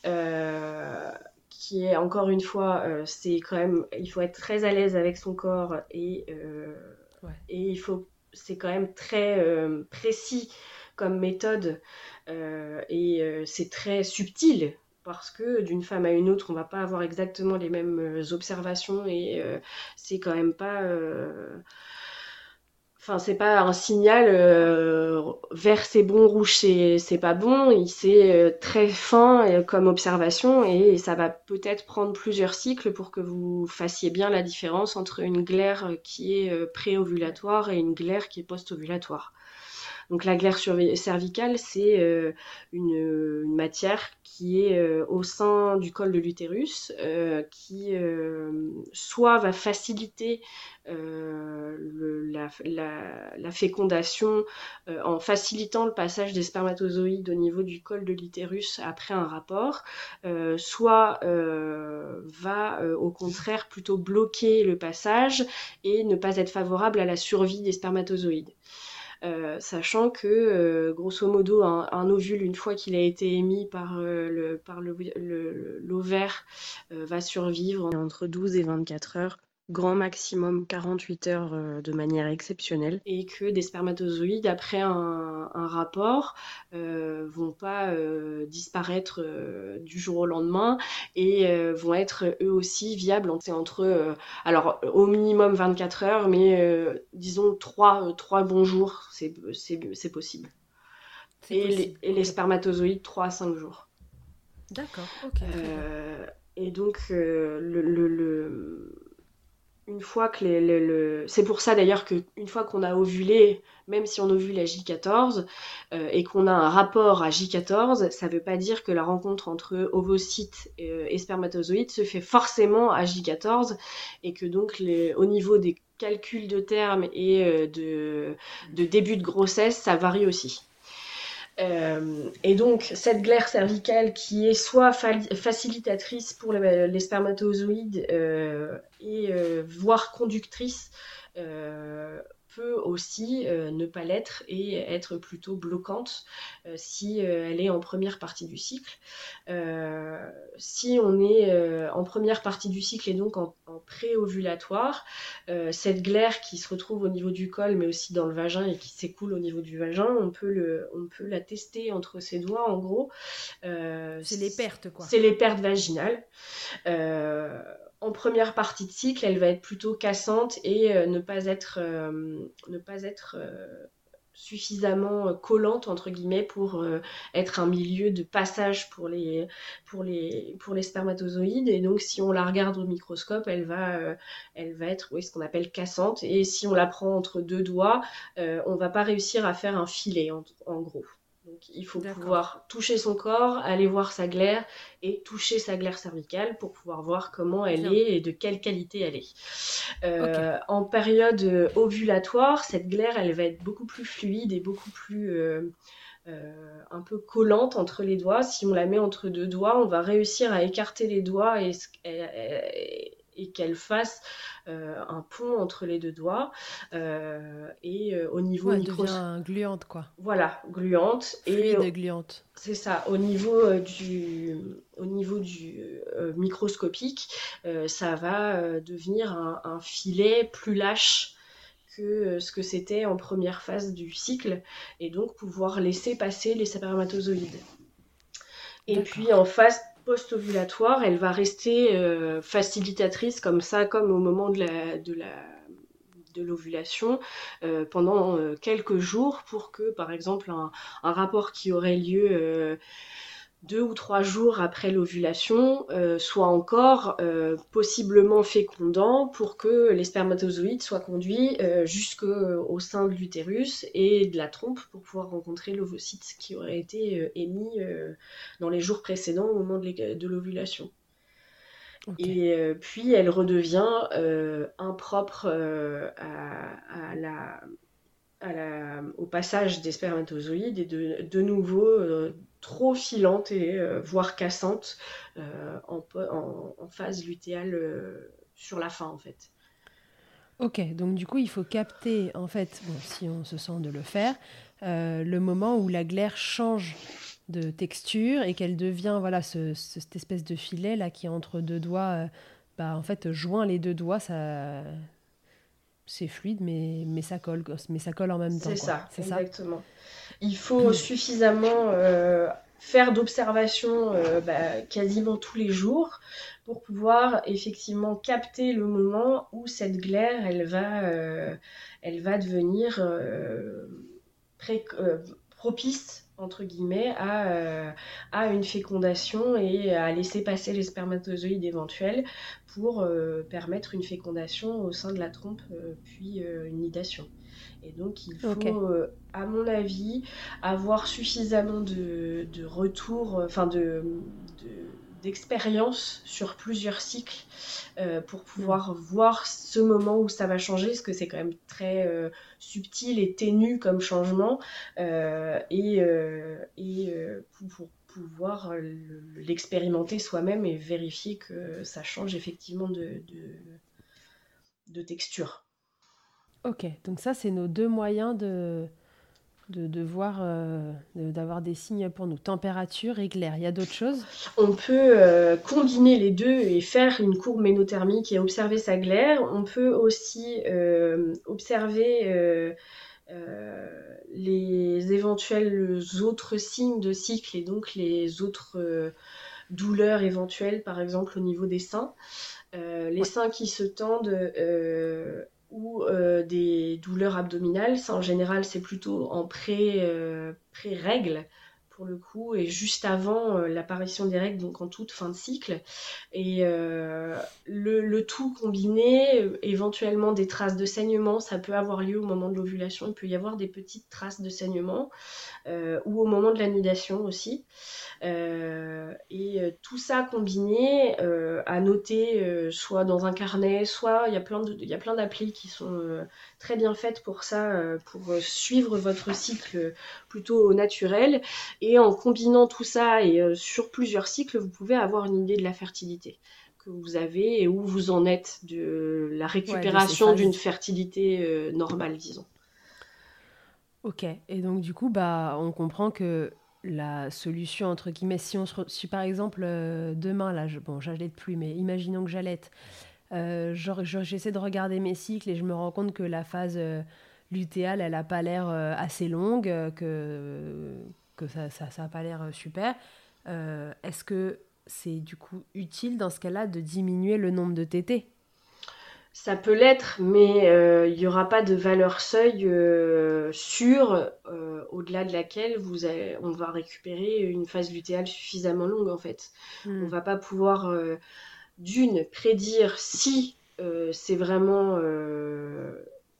euh, qui est encore une fois, euh, c'est quand même, il faut être très à l'aise avec son corps et, euh, ouais. et il faut, c'est quand même très euh, précis comme méthode euh, et euh, c'est très subtil. Parce que d'une femme à une autre, on ne va pas avoir exactement les mêmes observations et euh, c'est quand même pas... Euh, Enfin, c'est pas un signal euh, vert c'est bon, rouge c'est, c'est pas bon. C'est euh, très fin euh, comme observation et ça va peut-être prendre plusieurs cycles pour que vous fassiez bien la différence entre une glaire qui est euh, pré-ovulatoire et une glaire qui est post-ovulatoire. Donc la glaire cervicale, c'est euh, une, une matière qui est euh, au sein du col de l'utérus, euh, qui euh, soit va faciliter euh, le, la, la, la fécondation euh, en facilitant le passage des spermatozoïdes au niveau du col de l'utérus après un rapport, euh, soit euh, va euh, au contraire plutôt bloquer le passage et ne pas être favorable à la survie des spermatozoïdes. Euh, sachant que euh, grosso modo un, un ovule, une fois qu'il a été émis par, euh, le, par le, le, l'ovaire, euh, va survivre entre douze et vingt-quatre heures, grand maximum quarante-huit heures euh, de manière exceptionnelle, et que des spermatozoïdes après un, un rapport euh, vont pas euh, disparaître euh, du jour au lendemain et euh, vont être eux aussi viables. C'est entre euh, alors au minimum vingt-quatre heures, mais euh, disons trois bons jours, c'est, c'est, c'est possible. C'est et, possible. Les, et okay. Les spermatozoïdes trois à cinq jours. D'accord, ok. Euh, et donc euh, le, le, le une fois que les, les, le... c'est pour ça d'ailleurs qu'une fois qu'on a ovulé, même si on ovule à J quatorze euh, et qu'on a un rapport à J quatorze, ça ne veut pas dire que la rencontre entre ovocytes et, euh, et spermatozoïdes se fait forcément à J quatorze et que donc les, au niveau des calculs de terme et euh, de, de début de grossesse, ça varie aussi. Euh, et donc cette glaire cervicale qui est soit fa- facilitatrice pour les, les spermatozoïdes euh, et euh, voire conductrice euh, peut aussi euh, ne pas l'être et être plutôt bloquante euh, si euh, elle est en première partie du cycle. Euh, si on est euh, en première partie du cycle et donc en, en pré-ovulatoire, euh, cette glaire qui se retrouve au niveau du col mais aussi dans le vagin et qui s'écoule au niveau du vagin, on peut, le, on peut la tester entre ses doigts en gros. Euh, c'est les pertes quoi. C'est les pertes vaginales. Euh, En première partie de cycle, elle va être plutôt cassante et euh, ne pas être, euh, ne pas être euh, suffisamment collante entre guillemets pour euh, être un milieu de passage pour les, pour, les, pour les spermatozoïdes. Et donc, si on la regarde au microscope, elle va, euh, elle va être oui, ce qu'on appelle cassante. Et si on la prend entre deux doigts, euh, on ne va pas réussir à faire un filet en, en gros. Donc, il faut D'accord. pouvoir toucher son corps, aller voir sa glaire et toucher sa glaire cervicale pour pouvoir voir comment elle Bien. est et de quelle qualité elle est. Euh, okay. En période ovulatoire, cette glaire, elle va être beaucoup plus fluide et beaucoup plus euh, euh, un peu collante entre les doigts. Si on la met entre deux doigts, on va réussir à écarter les doigts et, et, et et qu'elle fasse euh, un pont entre les deux doigts. Euh, et euh, au niveau... Ouais, elle micros... devient gluante, quoi. Voilà, gluante. Fluide et et gluante. C'est ça. Au niveau euh, du, au niveau du euh, microscopique, euh, ça va euh, devenir un, un filet plus lâche que euh, ce que c'était en première phase du cycle, et donc pouvoir laisser passer les spermatozoïdes. Et D'accord. puis en phase post-ovulatoire, elle va rester euh, facilitatrice comme ça, comme au moment de la, de la, de l'ovulation euh, pendant euh, quelques jours pour que, par exemple, un, un rapport qui aurait lieu euh, deux ou trois jours après l'ovulation euh, soit encore euh, possiblement fécondant pour que les spermatozoïdes soient conduits euh, jusqu'au sein de l'utérus et de la trompe pour pouvoir rencontrer l'ovocyte qui aurait été euh, émis euh, dans les jours précédents au moment de, de l'ovulation. Okay. Et euh, puis elle redevient euh, impropre euh, à, à la, à la, au passage des spermatozoïdes et de, de nouveau euh, trop filante et euh, voire cassante euh, en, en, en phase lutéale euh, sur la fin en fait. Ok, donc du coup il faut capter en fait, bon, si on se sent de le faire, euh, le moment où la glaire change de texture et qu'elle devient voilà ce, ce, cette espèce de filet là qui est entre deux doigts, euh, bah, en fait joint les deux doigts, ça... c'est fluide, mais, mais, ça colle, mais ça colle en même temps. C'est quoi. ça, c'est exactement. Ça Il faut suffisamment euh, faire d'observations euh, bah, quasiment tous les jours pour pouvoir effectivement capter le moment où cette glaire, elle va, euh, elle va devenir euh, pré- euh, propice entre guillemets, à, euh, à une fécondation et à laisser passer les spermatozoïdes éventuels pour euh, permettre une fécondation au sein de la trompe, euh, puis euh, une nidation. Et donc, il faut, okay. euh, à mon avis, avoir suffisamment de, de retours, enfin de, de, d'expérience sur plusieurs cycles euh, pour pouvoir mmh. voir ce moment où ça va changer, parce que c'est quand même très euh, subtil et ténu comme changement, euh, et, euh, et euh, pour, pour pouvoir l'expérimenter soi-même et vérifier que ça change effectivement de, de, de texture. Ok, donc ça, c'est nos deux moyens de, de, de voir, euh, de, d'avoir des signes pour nous. Température et glaire. Il y a d'autres choses ? On peut euh, combiner les deux et faire une courbe ménothermique et observer sa glaire. On peut aussi euh, observer euh, euh, les éventuels autres signes de cycle et donc les autres euh, douleurs éventuelles, par exemple au niveau des seins. Euh, les ouais. seins qui se tendent... Euh, ou euh, des douleurs abdominales. Ça, en général, c'est plutôt en pré, euh, pré-règle, pour le coup, et juste avant euh, l'apparition des règles, donc en toute fin de cycle. Et euh, le, le tout combiné, euh, éventuellement des traces de saignement, ça peut avoir lieu au moment de l'ovulation. Il peut y avoir des petites traces de saignement, euh, ou au moment de la nidation aussi. Euh, et euh, tout ça combiné euh, à noter euh, soit dans un carnet, soit il y a plein de, il y a plein d'applis qui sont euh, très bien faites pour ça, euh, pour euh, suivre votre cycle plutôt au naturel. Et en combinant tout ça et euh, sur plusieurs cycles, vous pouvez avoir une idée de la fertilité que vous avez et où vous en êtes de la récupération ouais, d'une fertilité euh, normale, disons. Ok, et donc du coup, bah, on comprend que la solution, entre guillemets, si, on se re... si par exemple, euh, demain, là, je... bon, j'allaite plus, mais imaginons que j'allaite, euh, genre, genre, j'essaie de regarder mes cycles et je me rends compte que la phase euh, lutéale, elle n'a pas l'air euh, assez longue, euh, que, que ça n'a ça, ça pas l'air super. Euh, est-ce que c'est du coup utile dans ce cas-là de diminuer le nombre de tétés ? Ça peut l'être, mais il euh, n'y aura pas de valeur seuil euh, sûre euh, au-delà de laquelle vous avez, on va récupérer une phase lutéale suffisamment longue en fait. Mm. On ne va pas pouvoir euh, d'une prédire si euh, c'est vraiment euh,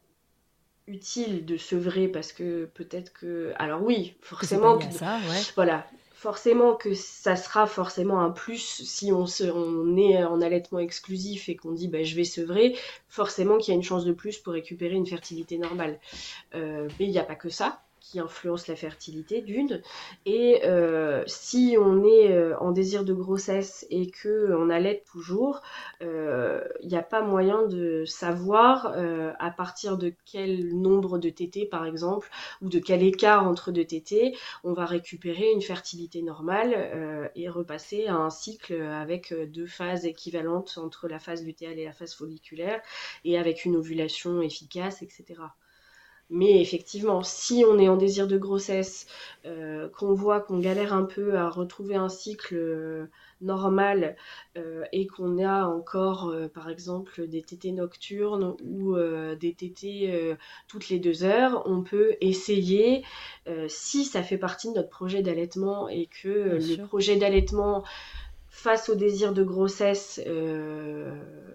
utile de sevrer parce que peut-être que... Alors oui, forcément... Que ça, ouais. Voilà. Forcément que ça sera forcément un plus si on, se, on est en allaitement exclusif et qu'on dit bah, je vais sevrer, forcément qu'il y a une chance de plus pour récupérer une fertilité normale. Euh, mais il n'y a pas que ça qui influence la fertilité d'une. Et euh, si on est euh, en désir de grossesse et qu'on allaite toujours, il euh, n'y a pas moyen de savoir euh, à partir de quel nombre de tétés par exemple, ou de quel écart entre deux tétés, on va récupérer une fertilité normale euh, et repasser à un cycle avec deux phases équivalentes entre la phase lutéale et la phase folliculaire, et avec une ovulation efficace, et cetera. Mais effectivement, si on est en désir de grossesse, euh, qu'on voit qu'on galère un peu à retrouver un cycle euh, normal euh, et qu'on a encore, euh, par exemple, des tétées nocturnes ou euh, des tétées euh, toutes les deux heures, on peut essayer, euh, si ça fait partie de notre projet d'allaitement et que euh, le sûr. projet d'allaitement face au désir de grossesse... Euh,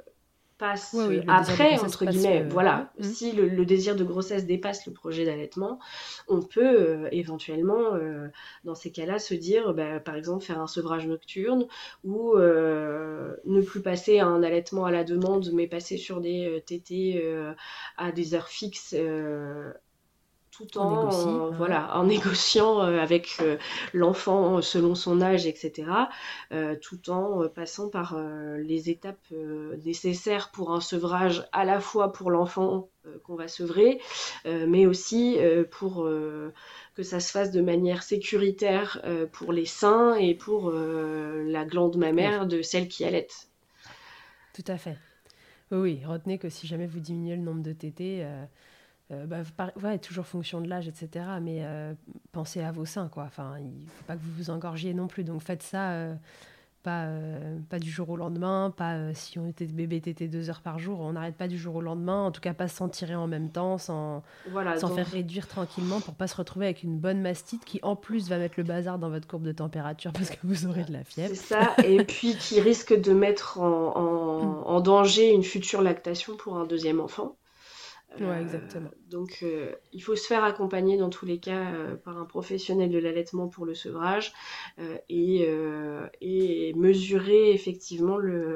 passe Ouais, oui, le après, entre guillemets, le... voilà, mmh. si le, le désir de grossesse dépasse le projet d'allaitement, on peut euh, éventuellement, euh, dans ces cas-là, se dire, bah, par exemple, faire un sevrage nocturne ou euh, ne plus passer à un allaitement à la demande, mais passer sur des euh, tétées euh, à des heures fixes euh, tout On en, négocie, euh, ouais. voilà, en négociant euh, avec euh, l'enfant selon son âge, et cetera, euh, tout en euh, passant par euh, les étapes euh, nécessaires pour un sevrage à la fois pour l'enfant euh, qu'on va sevrer, euh, mais aussi euh, pour euh, que ça se fasse de manière sécuritaire euh, pour les seins et pour euh, la glande mammaire Oui. de celle qui allaite. Tout à fait. Oui, oui, retenez que si jamais vous diminuez le nombre de tétées, euh, euh, bah, par, ouais, toujours fonction de l'âge, et cetera, mais euh, pensez à vos seins, quoi. Enfin, il ne faut pas que vous vous engorgiez non plus. Donc faites ça, euh, pas, euh, pas du jour au lendemain, pas euh, si on était bébé tété deux heures par jour, on n'arrête pas du jour au lendemain, en tout cas pas s'en tirer en même temps, sans, Voilà, sans donc... faire réduire tranquillement pour pas se retrouver avec une bonne mastite qui en plus va mettre le bazar dans votre courbe de température parce que vous aurez de la fièvre. C'est ça, et puis qui risque de mettre en, en, en danger une future lactation pour un deuxième enfant. Ouais, Euh, exactement. donc euh, il faut se faire accompagner dans tous les cas euh, par un professionnel de l'allaitement pour le sevrage euh, et, euh, et mesurer effectivement le,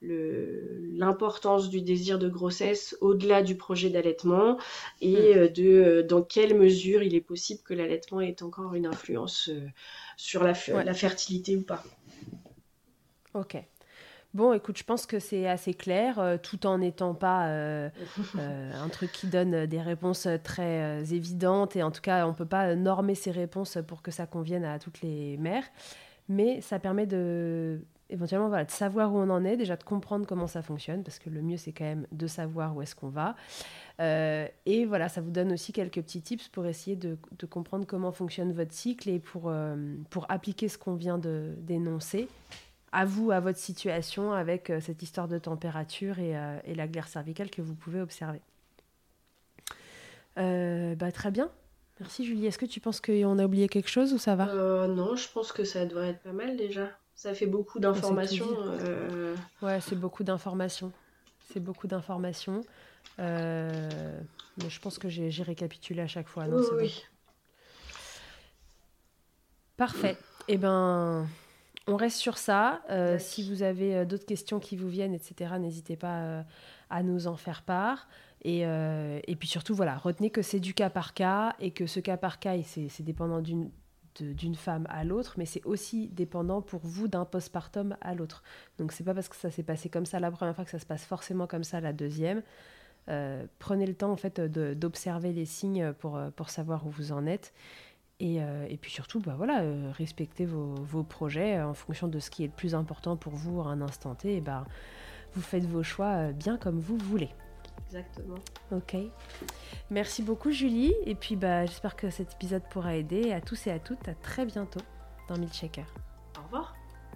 le, l'importance du désir de grossesse au-delà du projet d'allaitement et euh, de euh, dans quelle mesure il est possible que l'allaitement ait encore une influence euh, sur la, Ouais. la fertilité ou pas. Ok. Bon, écoute, je pense que c'est assez clair, euh, tout en n'étant pas euh, euh, un truc qui donne des réponses très euh, évidentes. Et en tout cas, on ne peut pas normer ces réponses pour que ça convienne à toutes les mères. Mais ça permet de, éventuellement, voilà, de savoir où on en est, déjà de comprendre comment ça fonctionne, parce que le mieux, c'est quand même de savoir où est-ce qu'on va. Euh, et voilà, ça vous donne aussi quelques petits tips pour essayer de, de comprendre comment fonctionne votre cycle et pour, euh, pour appliquer ce qu'on vient de, d'énoncer à vous, à votre situation, avec euh, cette histoire de température et, euh, et la glaire cervicale que vous pouvez observer. Euh, bah, très bien. Merci Julie. Est-ce que tu penses qu'on a oublié quelque chose ou ça va ? Euh, non, je pense que ça devrait être pas mal déjà. Ça fait beaucoup d'informations. Euh... Ouais, c'est beaucoup d'informations. C'est beaucoup d'informations. Euh... Mais je pense que j'ai, j'ai récapitulé à chaque fois. Non, oui, c'est oui. bon. Parfait. Eh ben... On reste sur ça. Euh, si vous avez euh, d'autres questions qui vous viennent, et cetera, n'hésitez pas euh, à nous en faire part. Et, euh, et puis surtout, voilà, retenez que c'est du cas par cas et que ce cas par cas, c'est, c'est dépendant d'une, de, d'une femme à l'autre, mais c'est aussi dépendant pour vous d'un postpartum à l'autre. Donc c'est pas parce que ça s'est passé comme ça la première fois que ça se passe forcément comme ça la deuxième. Euh, prenez le temps en fait de, d'observer les signes pour, pour savoir où vous en êtes. Et, euh, et puis surtout, bah voilà, euh, respectez vos, vos projets euh, en fonction de ce qui est le plus important pour vous à un instant T. Et bah, vous faites vos choix euh, bien comme vous voulez. Exactement. Ok. Merci beaucoup Julie. Et puis bah, j'espère que cet épisode pourra aider à tous et à toutes. À très bientôt dans Milkshaker. Au revoir.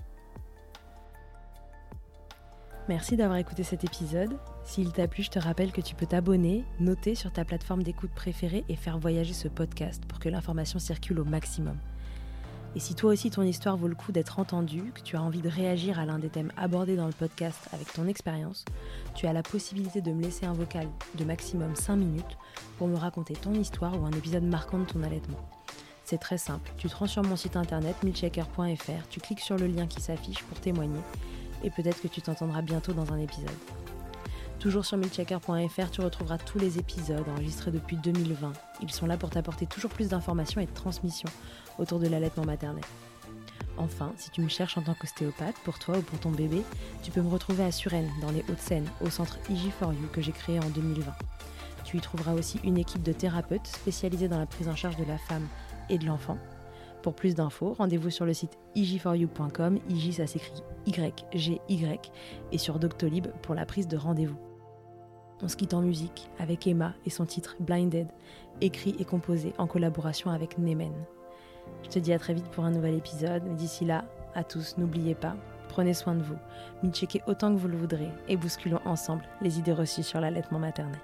Merci d'avoir écouté cet épisode. S'il t'a plu, je te rappelle que tu peux t'abonner, noter sur ta plateforme d'écoute préférée et faire voyager ce podcast pour que l'information circule au maximum. Et si toi aussi ton histoire vaut le coup d'être entendue, que tu as envie de réagir à l'un des thèmes abordés dans le podcast avec ton expérience, tu as la possibilité de me laisser un vocal de maximum cinq minutes pour me raconter ton histoire ou un épisode marquant de ton allaitement. C'est très simple, tu te rends sur mon site internet milkshaker point f r, tu cliques sur le lien qui s'affiche pour témoigner et peut-être que tu t'entendras bientôt dans un épisode. Toujours sur milkshaker point f r, tu retrouveras tous les épisodes enregistrés depuis deux mille vingt. Ils sont là pour t'apporter toujours plus d'informations et de transmissions autour de l'allaitement maternel. Enfin, si tu me cherches en tant qu'ostéopathe, pour toi ou pour ton bébé, tu peux me retrouver à Suresnes, dans les Hauts-de-Seine, au centre I G four U que j'ai créé en deux mille vingt. Tu y trouveras aussi une équipe de thérapeutes spécialisés dans la prise en charge de la femme et de l'enfant. Pour plus d'infos, rendez-vous sur le site i g four u point com, I J ça s'écrit Y G Y, et sur Doctolib pour la prise de rendez-vous. On se quitte en musique avec Emma et son titre Blinded, écrit et composé en collaboration avec Nemen. Je te dis à très vite pour un nouvel épisode, mais d'ici là, à tous, n'oubliez pas, prenez soin de vous, milcheckez autant que vous le voudrez et bousculons ensemble les idées reçues sur l'allaitement maternel.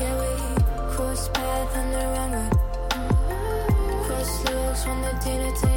Dinner table.